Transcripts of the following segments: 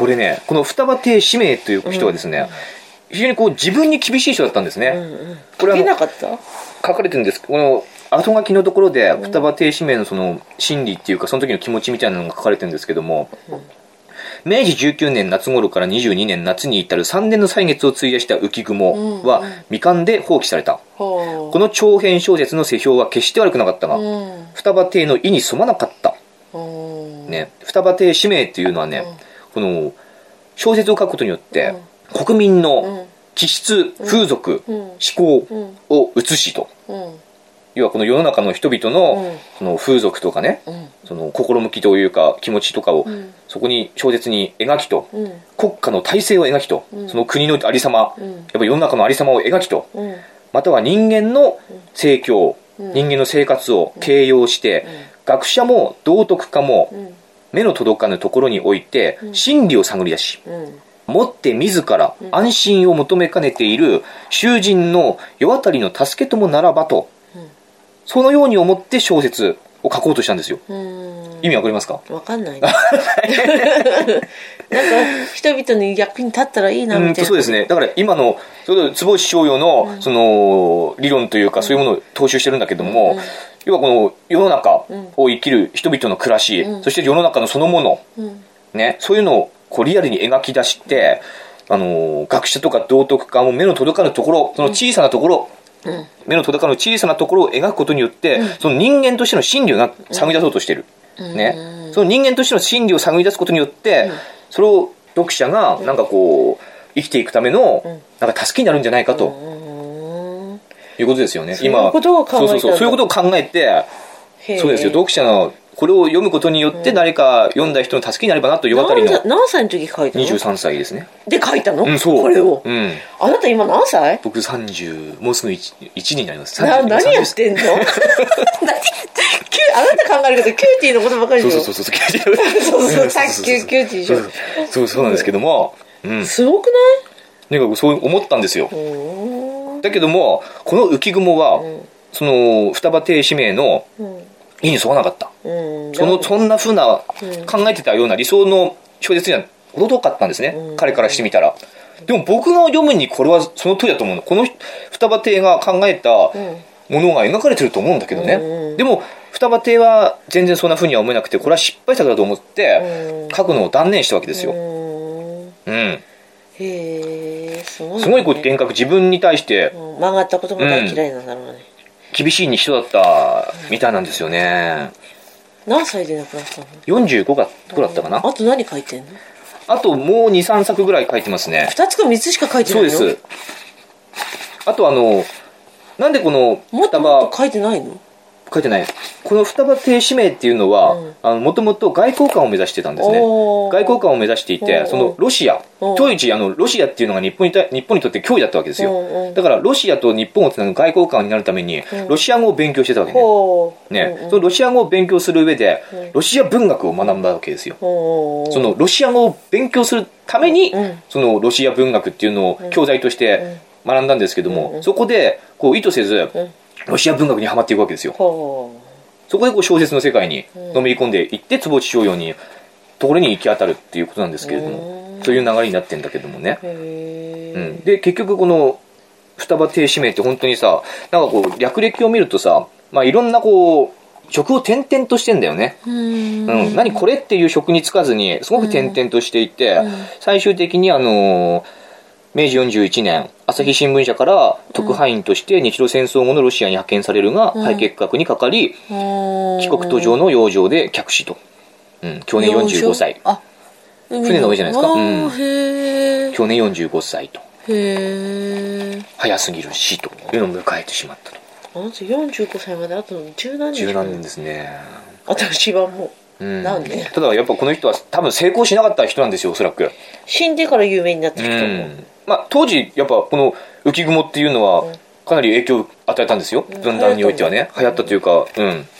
れね、この双葉亭四明という人はですね、非常にこう自分に厳しい人だったんですね。 これ書けなかった？ 書かれてるんです。この後書きのところで双葉亭四明のその心理っていうかその時の気持ちみたいなのが書かれてるんですけども、明治19年夏頃から22年夏に至る3年の歳月を費やした浮雲は未完で放棄された。この長編小説の世評は決して悪くなかったが、双葉亭の意に染まなかった。ね、双葉亭四明っていうのはね、この小説を書くことによって、国民の気質、風俗、思考を映しと。要はこの世の中の人々のその風俗とかね、その心向きというか気持ちとかをそこに小説に描きと、国家の体制を描きと、その国のありさま、やっぱり世の中のありさまを描きと、または人間の生況、人間の生活を形容して、学者も道徳家も目の届かぬところにおいて真理を探り出し、もって自ら安心を求めかねている囚人の世渡りの助けともならばと、そのように思って小説を書こうとしたんですよ。意味わかりますか？ わかんない。なんか人々に役に立ったらいいなみたいな。 そうですね。だから今の坪内逍遙のその理論というかそういうものを踏襲してるんだけども、要はこの世の中を生きる人々の暮らし、そして世の中のそのもの、ね、そういうのをこうリアルに描き出して、学者とか道徳家も目の届かぬところ、その小さなところ、目の届かぬ小さなところを描くことによって、その人間としての真理を探り出そうとしている。ね、その人間としての真理を探り出すことによって、それを読者がなんかこう生きていくためのなんか助けになるんじゃないかと、いうことですよね。 今そういうことを考えて、そうですよ。読者のこれを読むことによって誰か読んだ人の助けになればなというあたりの。 何歳の時書いたの ？23歳ですね。 で書いたの？ そう。 これを。あなた今何歳？ 僕30、もうすぐ1になります。 何やってんの？あなた考えるけどキューティーのことばかりでしょ。 そう、キューティー。 そう、さっきキューティーでしょ。 そうなんですけども。 すごくない？ なんかそう思ったんですよ。だけども、この浮雲は、その双葉亭四明の意に沿わなかった。そんな風な考えてたような理想の小説には程遠かったんですね。彼からしてみたら。でも僕が読むにこれはその通りだと思うの。この双葉亭が考えたものが描かれてると思うんだけどね。でも双葉亭は全然そんな風には思えなくて、これは失敗作だと思って書くのを断念したわけですよ。すごいこう幻覚、自分に対して曲がったことが大嫌いなんだろうね。 厳しい人だったみたいなんですよね。 何歳で亡くなったの ？45とかだったかな。 あと何書いてんの？ あともう 2,3 作ぐらい書いてますね。 2つか3つしか書いてないの？ そうです。あとなんでこのもっと書いてないの？ 書いてない。この双葉亭四明っていうのは、もともと外交官を目指してたんですね。外交官を目指していて、そのロシア、当時ロシアっていうのが日本にとって脅威だったわけですよ。だからロシアと日本をつなぐ外交官になるために、ロシア語を勉強してたわけね。そのロシア語を勉強する上で、ロシア文学を学んだわけですよ。そのロシア語を勉強するために、そのロシア文学っていうのを教材として学んだんですけども、そこでこう意図せず、ロシア文学にはまっていくわけですよ。そこでこう小説の世界にのめり込んでいって、坪内逍遙にところに行き当たるっていうことなんですけれども、そういう流れになってんだけどもね。で結局この双葉亭四明って本当にさ、なんかこう略歴を見るとさ、いろんなこう職を転々としてんだよね。何これっていう職に就かずにすごく転々としていて、最終的に明治41年朝日新聞社から特派員として日露戦争後のロシアに派遣されるが、肺結核にかかり帰国途上の養生で客死と、去年45歳。船の上じゃないですか。去年45歳と、早すぎる死というのを迎えてしまったと。 あなた45歳まであと10何年。 10何年ですね。 私はもう何年。 ただやっぱこの人は多分成功しなかった人なんですよ、おそらく。 死んでから有名になってきたもん。 当時やっぱこの浮雲っていうのはかなり影響を与えたんですよ、文壇においてはね。流行ったというか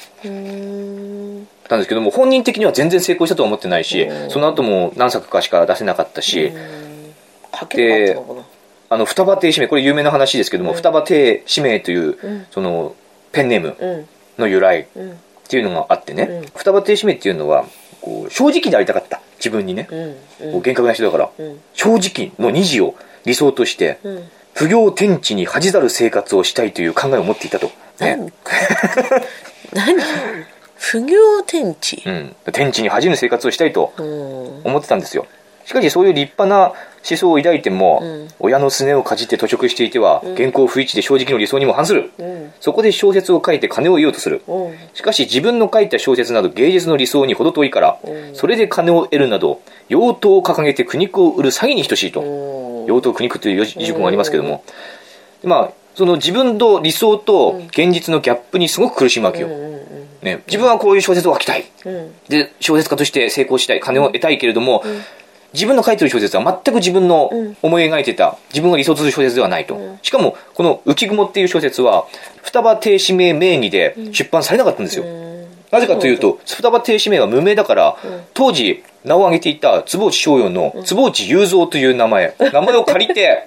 なんですけども、本人的には全然成功したとは思ってないし、その後も何作かしか出せなかったし、で双葉亭四明、これ有名な話ですけども、双葉亭四明というそのペンネームの由来っていうのがあってね、双葉亭四明っていうのはこう正直でありたかった。 自分にね、 うんこう厳格な人だから、正直の2時を理想として、不行天地に恥ざる生活をしたいという考えを持っていたと、ね、 何不行天地、 天地に恥じぬ生活をしたいと思ってたんですよ。しかしそういう立派な思想を抱いても、親のすねをかじって吐食していては、原稿不一致で正直の理想にも反する、そこで小説を書いて金を得ようとする、しかし自分の書いた小説など芸術の理想に程遠いから、それで金を得るなど妖刀を掲げて苦肉を売る詐欺に等しいと、妖刀苦肉という四字熟語がありますけども、まあその自分の理想と現実のギャップにすごく苦しむわけよ、ね、自分はこういう小説を書きたい、で小説家として成功したい、金を得たいけれども、自分の書いてる小説は全く自分の思い描いてた自分が理想とする小説ではないと、しかもこの浮雲っていう小説は双葉亭指名名義で出版されなかったんですよ、なぜかというと双葉亭指名は無名だから、当時名を挙げていた坪内逍遥の坪内雄三という名前を借りて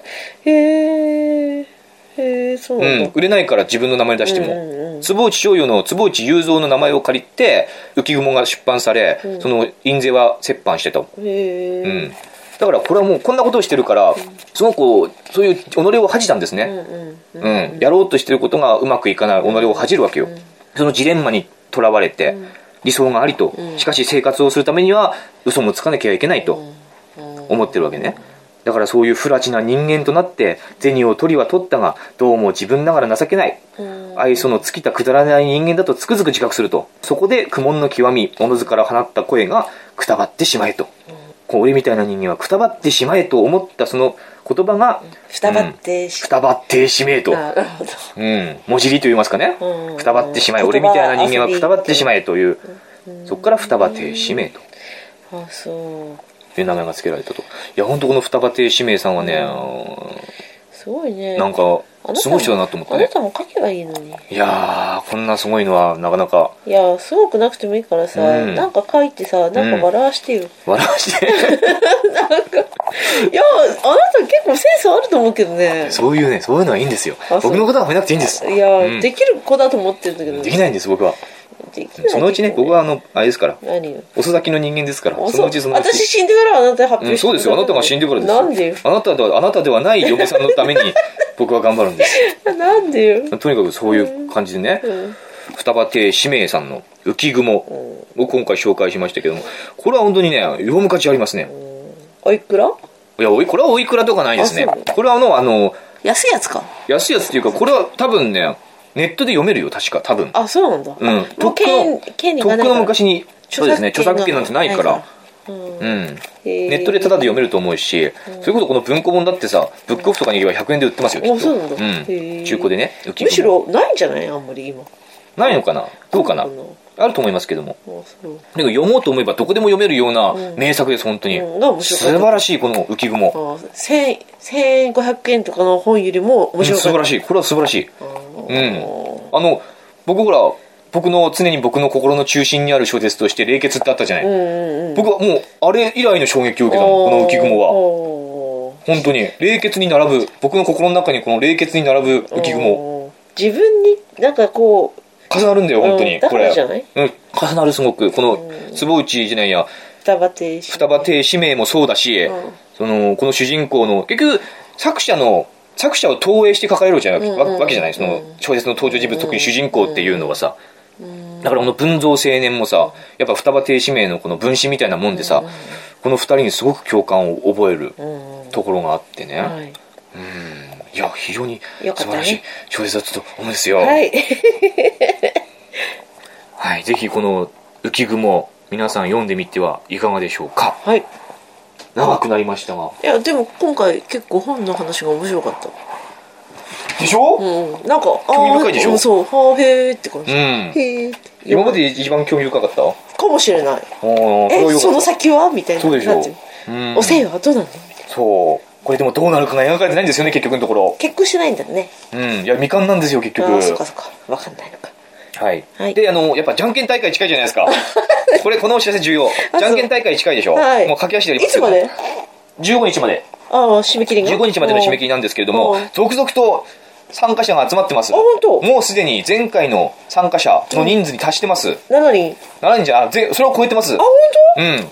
そうなんだ、 売れないから自分の名前出しても、坪内逍遥の坪内雄三の名前を借りて浮雲が出版され、その印税は折半してと、だからこれはもうこんなことをしてるから、すごくそういう己を恥じたんですね、やろうとしてることがうまくいかない己を恥じるわけよ、そのジレンマにとらわれて、理想がありと、しかし生活をするためには嘘もつかなきゃいけないと思ってるわけね。だからそういう不埒な人間となって銭を取りは取ったが、どうも自分ながら情けない、愛想の尽きたくだらない人間だとつくづく自覚すると、そこで苦悶の極み、おのずから放った声がくたばってしまえと、こう俺みたいな人間はくたばってしまえと思ったその言葉がくたばってしまえと、文字りと言いますかね、くたばってしまえ、俺みたいな人間はくたばってしまえという、そこから双葉亭指名という名前が付けられたと。いや本当この双葉亭指名さんはね、 すごいね、 なんかすごい人だなと思ったね。 あなたも書けばいいのに。 いやーこんなすごいのはなかなか。 いやすごくなくてもいいからさ、なんか書いてさ、なんか笑わしてよ、 笑わしてなんかいやあなた結構センスあると思うけどね。 そういうのはいいんですよ。僕のことは褒めなくていいんです。 いや、できる子だと思ってるんだけど、 できないんです僕は。 できない。 そのうちね、僕はあれですから、 何よ、 遅咲きの人間ですから、 そのうち私死んでからあなた発表して、 そうですよ、あなたが死んでからですよ。 なんでよ、 あなたではない嫁さんのために僕は頑張るんですなんでよ。 とにかくそういう感じでね、双葉亭指名さんの浮雲を今回紹介しましたけども、これは本当にね読む価値ありますね。 おいくら？ いやこれはおいくらとかないですね。これは安いやつか。 安いやつっていうか、これは多分ねネットで読めるよ、確か。多分。 あ、そうなんだ。 とっくの昔に、そうですね、著作権なんてないから、ネットでタダで読めると思うし、それこそこの文庫本だってさ、ブックオフとかに行けば100円で売ってますよ、きっと。 あ、そうなんだ。 中古でね、 むしろないんじゃない？あんまり今。 ないのかな？どうかな？あると思いますけども。でも読もうと思えばどこでも読めるような名作です、本当に。素晴らしい、この浮雲。 1500円とかの本よりも面白い。 素晴らしい。これは素晴らしい。僕の常に僕の心の中心にある小説として冷血ってあったじゃない。僕はもうあれ以来の衝撃を受けたの、この浮雲は。本当に冷血に並ぶ、僕の心の中にこの冷血に並ぶ浮雲。 自分になんかこう重なるんだよ、本当に。これ。 じゃない？ 重なる、すごく。この坪内じゃないや、双葉亭指名もそうだし、この主人公の結局作者を投影して書かれるわけじゃない。その小説の登場人物、特に主人公っていうのはさ、だからこの文蔵青年もさ、やっぱ双葉亭指名のこの分身みたいなもんでさ、この二人にすごく共感を覚えるところがあってね。いや非常に素晴らしい小説だったと思うんですよ。はい、ぜひこの浮雲皆さん読んでみてはいかがでしょうか。はい、長くなりましたが、 いやでも今回結構本の話が面白かったでしょ。 なんか興味深いでしょ。 そう、はーへーって感じ。へーって。 今まで一番興味深かったかもしれない。その先はみたいな。 そうでしょ。 おせいはどうなの？ そう。これでもどうなるかが描かれてないんですよね、結局のところ。 結婚してないんだね。 いや未完なんですよ、結局。 そっかそっか、分かんないのか。 はい。でやっぱじゃんけん大会近いじゃないですか。このお知らせ重要。じゃんけん大会近いでしょ。もう駆け足でやりますけど。いつまで？15日まで。 締め切りが 15日までの締め切りなんですけれども、続々と参加者が集まってます。 本当？ もうすでに前回の参加者の人数に達してます。 7人じゃ、それを超えてます。 本当？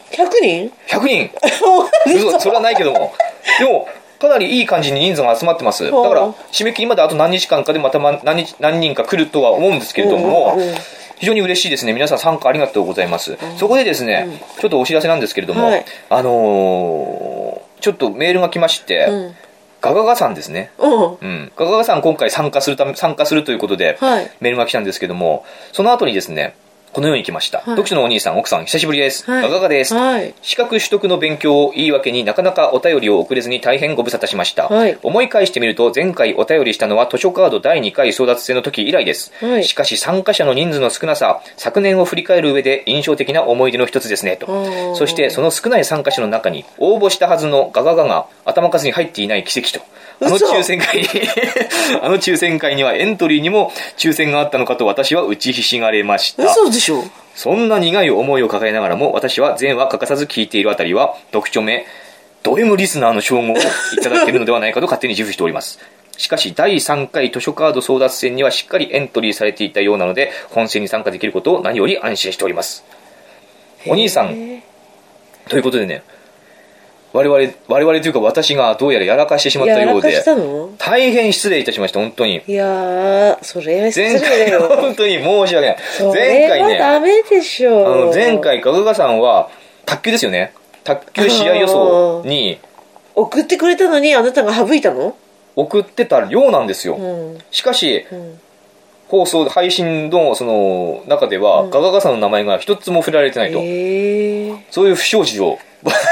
100人 ?100 人それはないけども。でも、かなりいい感じに人数が集まってます。だから、締め切りまであと何日間かでまた何人か来るとは思うんですけれども、非常に嬉しいですね。皆さん参加ありがとうございます。そこでですね、ちょっとお知らせなんですけれども、ちょっとメールが来まして、ガガガさんですね。ガガガさん今回参加するということで、メールが来たんですけども、その後にですね、このように来ました。読書のお兄さん、奥さん、久しぶりです。ガガガです。資格取得の勉強を言い訳になかなかお便りを送れずに大変ご無沙汰しました。思い返してみると、前回お便りしたのは図書カード第2回争奪戦の時以来です。しかし参加者の人数の少なさ、昨年を振り返る上で印象的な思い出の一つですね、と。そしてその少ない参加者の中に、応募したはずのガガガが頭数に入っていない奇跡と。あの抽選会にはエントリーにも抽選があったのかと私は打ちひしがれました。 嘘でしょ。 そんな苦い思いを抱えながらも私は全話欠かさず聞いているあたりは読書目ド M リスナーの称号をいただけるのではないかと勝手に自負しております。しかし第3回図書カード争奪戦にはしっかりエントリーされていたようなので本戦に参加できることを何より安心しております。お兄さんということでね、我々というか私がどうやらやらかしてしまったようで大変失礼いたしました。本当に。 いやー、それは失礼だよ。 本当に申し訳ない。 前回ね、ダメでしょ。 前回ガガガさんは卓球ですよね。卓球試合予想に送ってくれたのにあなたが省いたの？ 送ってたようなんですよ。しかし、配信のその中では、ガガガさんの名前が一つも触れられてないと。そういう不祥事を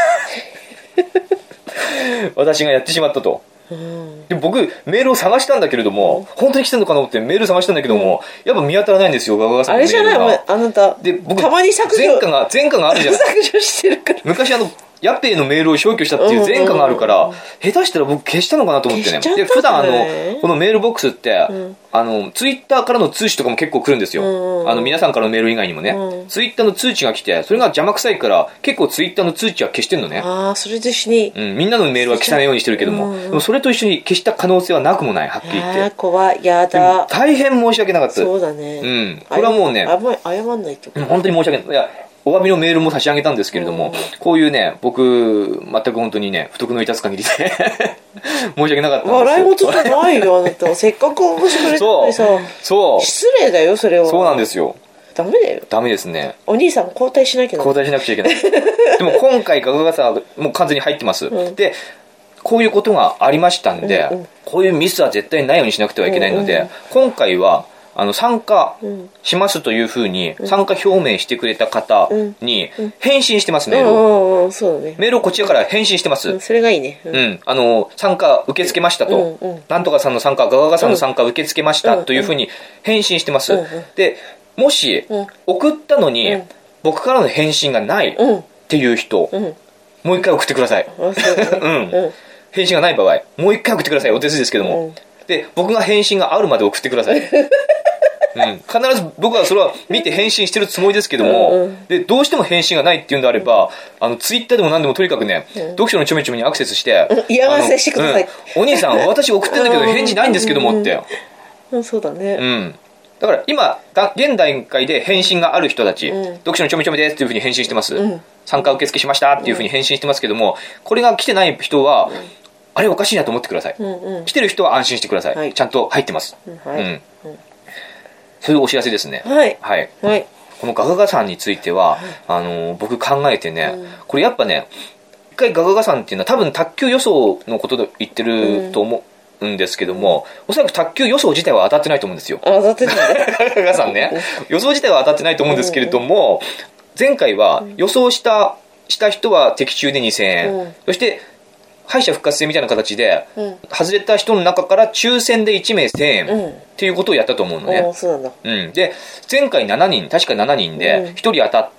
私がやってしまったと。で僕メールを探したんだけれども、本当に来てるのかなってメール探したんだけども、やっぱ見当たらないんですよ、ガガガさんのメールが。 あれじゃない、あなたで僕たまに削除前科があるじゃない。 削除してるから。 昔ヤッペイのメールを消去したっていう前科があるから、下手したら僕消したのかなと思ってね。で普段このメールボックスって、ツイッターからの通知とかも結構来るんですよ。皆さんからのメール以外にもね、ツイッターの通知が来て、それが邪魔くさいから結構ツイッターの通知は消してんのね。 それと一緒に、 みんなのメールは消さないようにしてるけども、でもそれと一緒に消した可能性はなくもない、はっきり言って。 怖い、やだ。 大変申し訳なかった。 そうだね。 これはもうね、 謝んないと。 本当に申し訳ない。いや、お詫びのメールも差し上げたんですけれども、こういうね、僕全く本当にね、不徳の致す限りで申し訳なかったんですよ。 笑い事じゃないよ、あなた。せっかく応募してくれたのにさ。 そう失礼だよ、それは。 そうなんですよ。 ダメだよ。 ダメですね。 お兄さん交代しなきゃ。 交代しなくちゃいけない。でも今回ガガガさんもう完全に入ってます。でこういうことがありましたんで、こういうミスは絶対ないようにしなくてはいけないので、今回は参加しますというふうに参加表明してくれた方に返信してます、メールを。そうだね。メールをこちらから返信してます。 それがいいね。 参加受け付けましたと。なんとかさんの参加、ガガガさんの参加受け付けましたというふうに返信してます。で、もし送ったのに僕からの返信がないっていう人、もう一回送ってください。返信がない場合、もう一回送ってください。お手数ですけども。で、僕が返信があるまで送ってください。必ず僕はそれは見て返信してるつもりですけども、でどうしても返信がないっていうんであれば、ツイッターでも何でもとにかくね、読書のちょめちょめにアクセスして嫌がらせしてください。 お兄さん私送ってんだけど返事ないんですけどもって。 そうだね。 だから今現段階で返信がある人たち、読書のちょめちょめですっていうふうに返信してます。参加受付しましたっていうふうに返信してますけども、これが来てない人はあれおかしいなと思ってください。来てる人は安心してください。ちゃんと入ってます。そういうお知らせですね。はい。このガガガさんについては、僕考えてね、これやっぱね、一回ガガガさんっていうのは多分卓球予想のことで言ってると思うんですけども、おそらく卓球予想自体は当たってないと思うんですよ。 当たってない。 ガガガさんね、予想自体は当たってないと思うんですけれども、前回は予想した人は的中で2000円、そして敗者復活戦みたいな形で、外れた人の中から抽選で1名1000円っていうことをやったと思うのね。 そうなんだ。 で前回7人確か7人で1人当たって、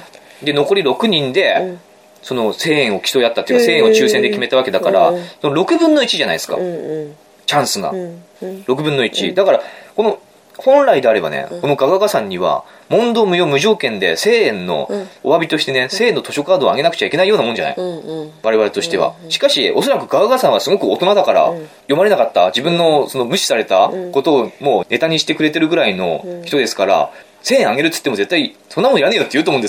で残り6人で、その1000円を競い合ったっていうか1000円を抽選で決めたわけだから、その6分の1じゃないですか、チャンスが、6分の1、だからこの本来であればね、このガガガさんには問答無用無条件で1000円のお詫びとしてね、1000円の図書カードをあげなくちゃいけないようなもんじゃない、我々としては。しかしおそらくガガガさんはすごく大人だから、読まれなかった自分のその無視されたことをもうネタにしてくれてるぐらいの人ですから、1000円あげるっつっても絶対そんなもんいらねえよって言うと思うんですよ。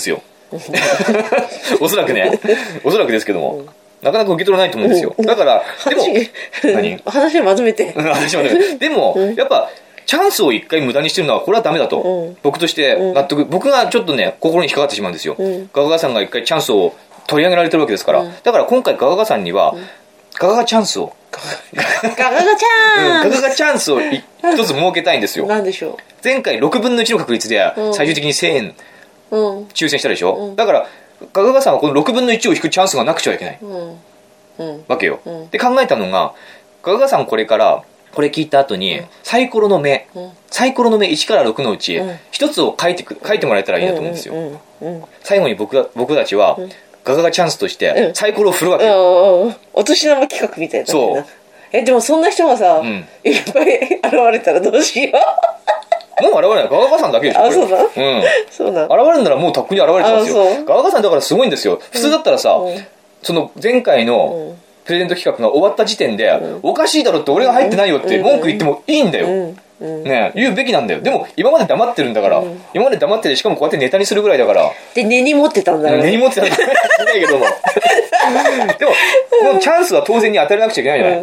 おそらくですけども、なかなか受け取らないと思うんですよ。だからでも話をまとめてでもやっぱチャンスを一回無駄にしてるのはこれはダメだと、僕として納得、僕がちょっとね心に引っかかってしまうんですよ。ガガガさんが一回チャンスを取り上げられてるわけですから、だから今回ガガガさんにはガガガチャンスをガガガチャンスを一つ設けたいんですよ。 何でしょう。 前回6分の1の確率で最終的に1000円抽選したでしょ、だからガガガさんはこの6分の1を引くチャンスがなくちゃいけない、わけよ、で考えたのが、ガガガさんこれからこれ聞いた後に、サイコロの目1から6のうち1つを書いてもらえたらいいなと思うんですよ。最後に僕たちはガガガチャンスとしてサイコロを振るわけよ、 お年玉企画みたいな。 そうでもそんな人がさ、いっぱい現れたらどうしよう。 もう現れない。ガガガさんだけでしょ。 そうだ。 そうだ。現れるならもうとっくに現れてますよ。ガガガさんだからすごいんですよ。普通だったらさ、その前回のプレゼント企画が終わった時点で、おかしいだろって、俺が入ってないよって文句言ってもいいんだよ。ね、言うべきなんだよ。でも今まで黙ってるんだから、今まで黙ってて、しかもこうやってネタにするぐらいだから。 で根に持ってたんだよ。 根に持ってたんだよ。しないけども。でもこのチャンスは当然に当たらなくちゃいけないじゃない。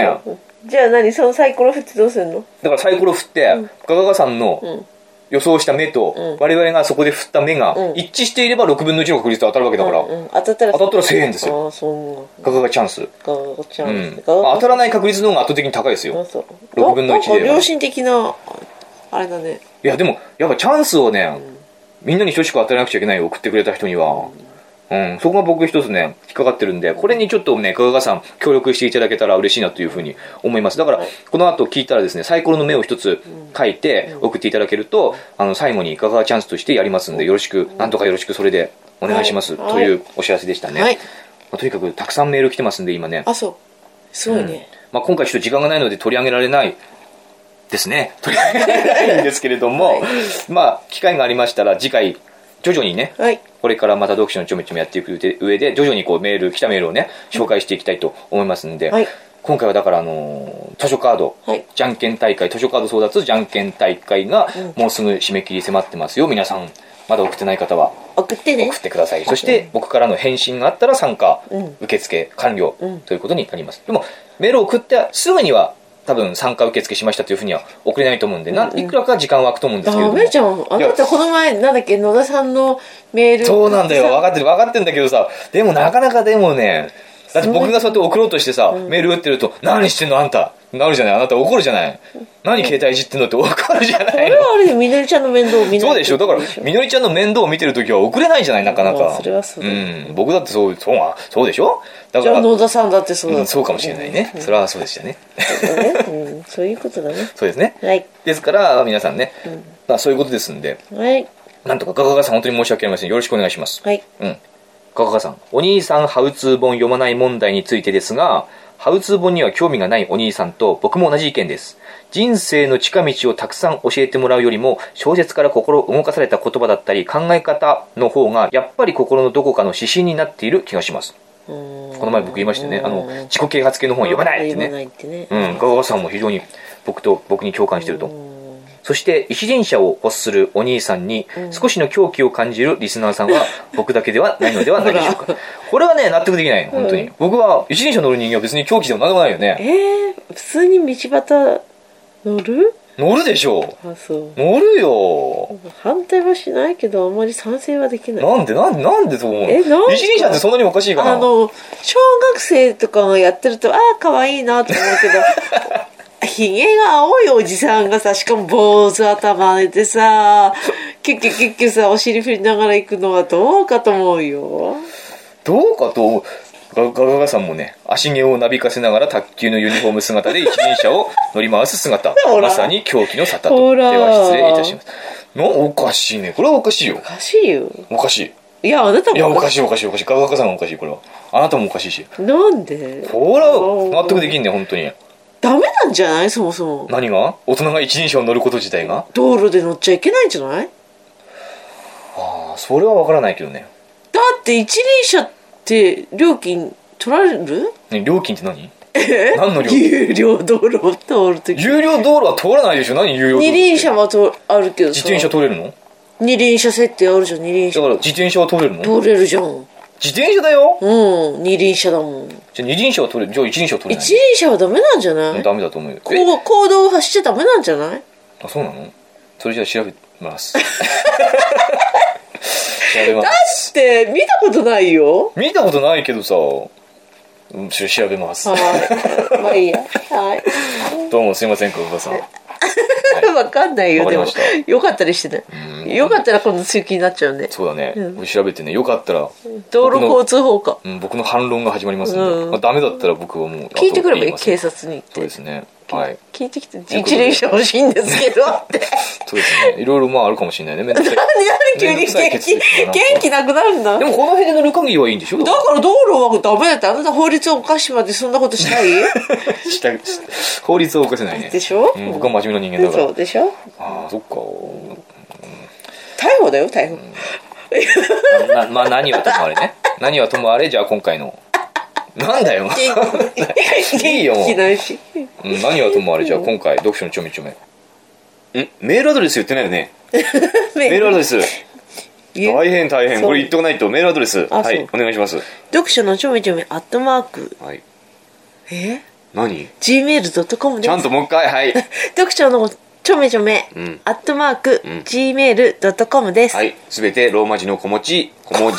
ね。 じゃあそのサイコロ振ってどうするの？ だからサイコロ振って、ガガガさんの予想した目と、我々がそこで振った目が一致していれば6分の1の確率で当たるわけだから、当たったら1000円ですよ。ガガガチャンス。当たらない確率の方が圧倒的に高いですよ。6分の1で。 良心的なあれだね。 いやでもやっぱチャンスをね、みんなに等しく当たらなくちゃいけないよ、送ってくれた人には。そこが僕一つね引っかかってるんで、これにちょっとねガガガさん協力していただけたら嬉しいなというふうに思います。だからこの後聞いたらですね、サイコロの目を一つ書いて送っていただけると、最後にガガガチャンスとしてやりますんで、よろしく、なんとかよろしくそれでお願いします、というお知らせでしたね。とにかくたくさんメール来てますんで今ね。 そうすごいね。 今回ちょっと時間がないので取り上げられないですね。取り上げられないんですけれども、機会がありましたら次回徐々にね、これからまた読書のちょめちょめやっていく上で徐々にこう来たメールをね紹介していきたいと思いますんで、今回はだから図書カード、じゃんけん大会、図書カード争奪じゃんけん大会がもうすぐ締め切り迫ってますよ。皆さんまだ送ってない方は送ってね、 送ってください。そして僕からの返信があったら参加、受付完了ということになります。でもメールを送ってすぐには多分参加受付しましたというふうには送れないと思うんで、いくらか時間は空くと思うんですけれども。 ダメじゃん。あなたこの前なんだっけ、野田さんのメール。 そうなんだよ、分かってるんだけどさ、でもなかなかでもね、だって僕がそうやって送ろうとしてさ、メール打ってると、何してんのあんたなるじゃない。あなた怒るじゃない。何携帯いじってんのって怒るじゃないの。 それはあれでみのりちゃんの面倒を見ないと。 そうでしょ。だからみのりちゃんの面倒を見てるときは送れないじゃない、なかなか。 それはそうだ。 僕だってそうでしょ。だからじゃあ野田さんだってそうだ。 そうかもしれないね。それはそうでしたね。 そういうことだね。 そうですね。ですから皆さんね、そういうことですんで、なんとかガガガさん本当に申し訳ありません。よろしくお願いします。ガガガさん、お兄さんハウツー本読まない問題についてですが、ハウツー本には興味がないお兄さんと僕も同じ意見です。人生の近道をたくさん教えてもらうよりも、小説から心を動かされた言葉だったり考え方の方がやっぱり心のどこかの指針になっている気がします。この前僕言いましたね、自己啓発系の本は読まないってね。ガガガさんも非常に僕に共感してると。そして一輪車を欲するお兄さんに少しの狂気を感じるリスナーさんは僕だけではないのではないでしょうか。これはね納得できない。本当に僕は一輪車乗る人間は別に狂気でも何でもないよね。 普通に道端乗るでしょう。乗るよ。 反対はしないけどあんまり賛成はできない。 なんでそう思うの？一輪車ってそんなにおかしいかな。 小学生とかがやってると可愛いなと思うけどひげが青いおじさんがさ、しかも坊主頭でさ、キュッキュッキュッキュさお尻振りながら行くのはどうかと思うよ。 どうかとガガガさんもね、足毛をなびかせながら卓球のユニフォーム姿で一輪車を乗り回す姿まさに狂気の沙汰と。では失礼いたします。おかしいね。これはおかしいよ。 おかしいよ。 おかしい。 いやあなたもおかしい。ガガガさんもおかしい。これはあなたもおかしいし。 なんで？ ほら納得できんね本当に。 ダメなんじゃない？そもそも何が？大人が一輪車を乗ること自体が道路で乗っちゃいけないんじゃない？ それは分からないけどね。 だって一輪車って料金取られる？ 料金って何？何の料金？ 有料道路を通るとき。 有料道路は通らないでしょ。何有料道路って？ 二輪車はあるけどさ。 自転車通れるの？ 二輪車設定あるじゃん、二輪車。 だから自転車は通れるの？ 通れるじゃん。 自転車だよ。 うん、二輪車だもん。 じゃあ二輪車は通れる。じゃあ一輪車は通れない。 一輪車はダメなんじゃない？ ダメだと思うよ。 公道を走っちゃダメなんじゃない？ あ、そうなの？それじゃあ調べます調べまだす。 って見たことないよ。 見たことないけどさ、調べます。 はい。まあいいや。はい。 どうもすいません、久保田さん。 わかんないよ、でもわかりまし。 よかったりしてね。よかったら今度強気になっちゃうね。 そうだね、これ調べてね、よかったら道路交通法か。 僕の反論が始まりますんで、まあ、ダメだったら僕はもう聞いてくればいい、 後で言警察に。 そうですね。はい。 聞いてきて、一輪車欲しいんですけどって。 そうですね。いろいろまああるかもしれないね。めんどくさい。 何急に元気なくなるんだ。 でもこの辺で乗る限りはいいんでしょ？ だから道路はダメだって、あなた法律を犯しまでそんなことしたい？ 法律を犯せないね。 でしょ？ 僕は真面目な人間だから。 そうでしょ？ ああ、そっか。 逮捕だよ、逮捕。 まあ何はともあれね。何はともあれ、じゃあ今回の。なんだよ。いいよ。 元気ないし。 何はともあれ、じゃあ今回、読書のちょめちょめ。メールアドレス言ってないよね。メールアドレス。大変。これ言っとかないと。メールアドレス。はい、お願いします。 読書のちょめちょめ、@。 はい。 何？ gmail.com です。 ちゃんともう一回、はい。 読書のちょめちょめ、@gmail.com です。 はい。すべてローマ字の小文字。ローマ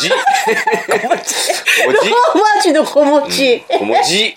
字の小文字。 小文字。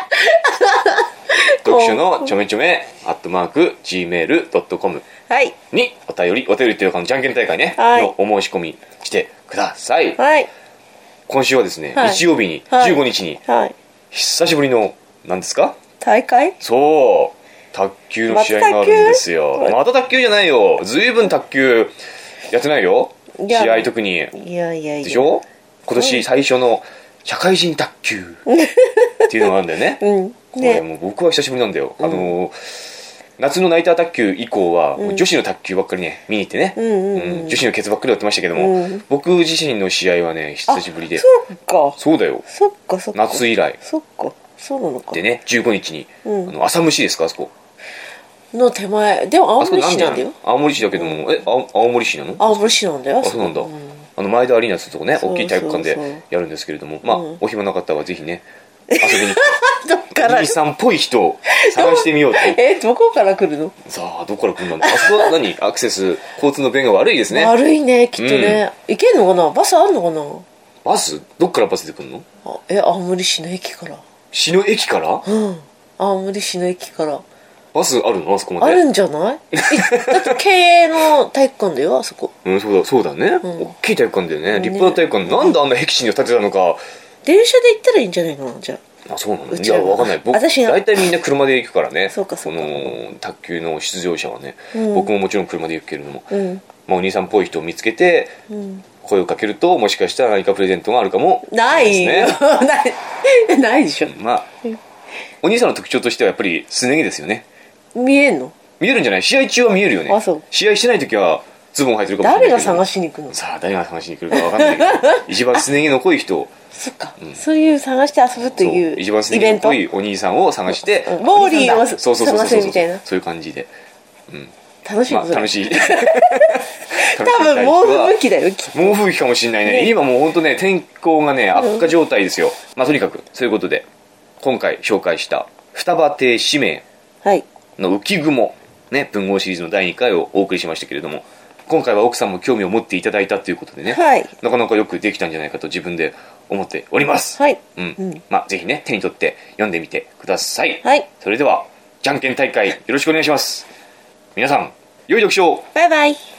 読書のちょめちょめ、@gmail.com にお便りっていうか、じゃんけん大会ね、のお申し込みしてください。 はい。 今週はですね、日曜日に、15日に、久しぶりの、何ですか？ 大会？ そう。卓球の試合があるんですよ。また卓球じゃないよ。ずいぶん卓球やってないよ。試合特に。 いや。 でしょ？今年最初の社会人卓球っていうのがあるんだよね。これもう僕は久しぶりなんだよ。夏のナイター卓球以降は女子の卓球ばっかりね見に行ってね、女子のケツばっかりやってましたけども、僕自身の試合はね久しぶりで。そうだよ。夏以来。 そっか、そうなのか。 でね、15日に朝蒸しですか、あそこの手前でも青森市なんだよ。 青森市だけども、青森市なの？ 青森市なんだよ。 あ、そうなんだ。前田アリーナってとこね、大きい体育館でやるんですけれども、まあお暇な方はぜひね遊びにお兄さんっぽい人を探してみようと。 どこから来るの？ さあ、どこから来るんだろう。あそこは何？アクセス、交通の便が悪いですね。 悪いね、きっとね。行けんのかな？バスあんのかな？ バス？どっからバスで来るの？ 青森市の駅から。 市の駅から？ 青森市の駅から。 バスあるの？あそこまで。 あるんじゃない？だって経営の体育館だよ、あそこ。 そうだね。大きい体育館だよね。立派な体育館。なんであんな僻地に建てたのか。 電車で行ったらいいんじゃないかな、じゃあ。 あ、そうなの？いや、わかんない。僕、大体みんな車で行くからね。この卓球の出場者はね。僕ももちろん車で行くけれども。まあお兄さんっぽい人を見つけて、声をかけると、もしかしたら何かプレゼントがあるかも。 ないよ。ないでしょ。 まあ、お兄さんの特徴としてはやっぱりすね毛ですよね。 見えんの？ 見えるんじゃない？試合中は見えるよね。試合してない時はズボン履いてるかもしれないけど。 誰が探しに行くの？ さあ、誰が探しに来るかわかんないけど、一番すね毛の濃い人。 そっか、そういう探して遊ぶという一番すね毛の濃いお兄さんを探して、 モーリーを探せみたいな。 そういう感じで。 楽しい。 楽しい。 多分猛吹雪だよ。 猛吹雪かもしれないね。今もう本当ね、天候がね、悪化状態ですよ。まあとにかく、そういうことで、今回紹介した双葉亭使命の浮雲、ね、文豪シリーズの第2回をお送りしましたけれども、今回は奥さんも興味を持っていただいたということでね、なかなかよくできたんじゃないかと自分で思っております。まあぜひね、手に取って読んでみてください。それでは、じゃんけん大会よろしくお願いします。皆さん、良い読書を。 バイバイ。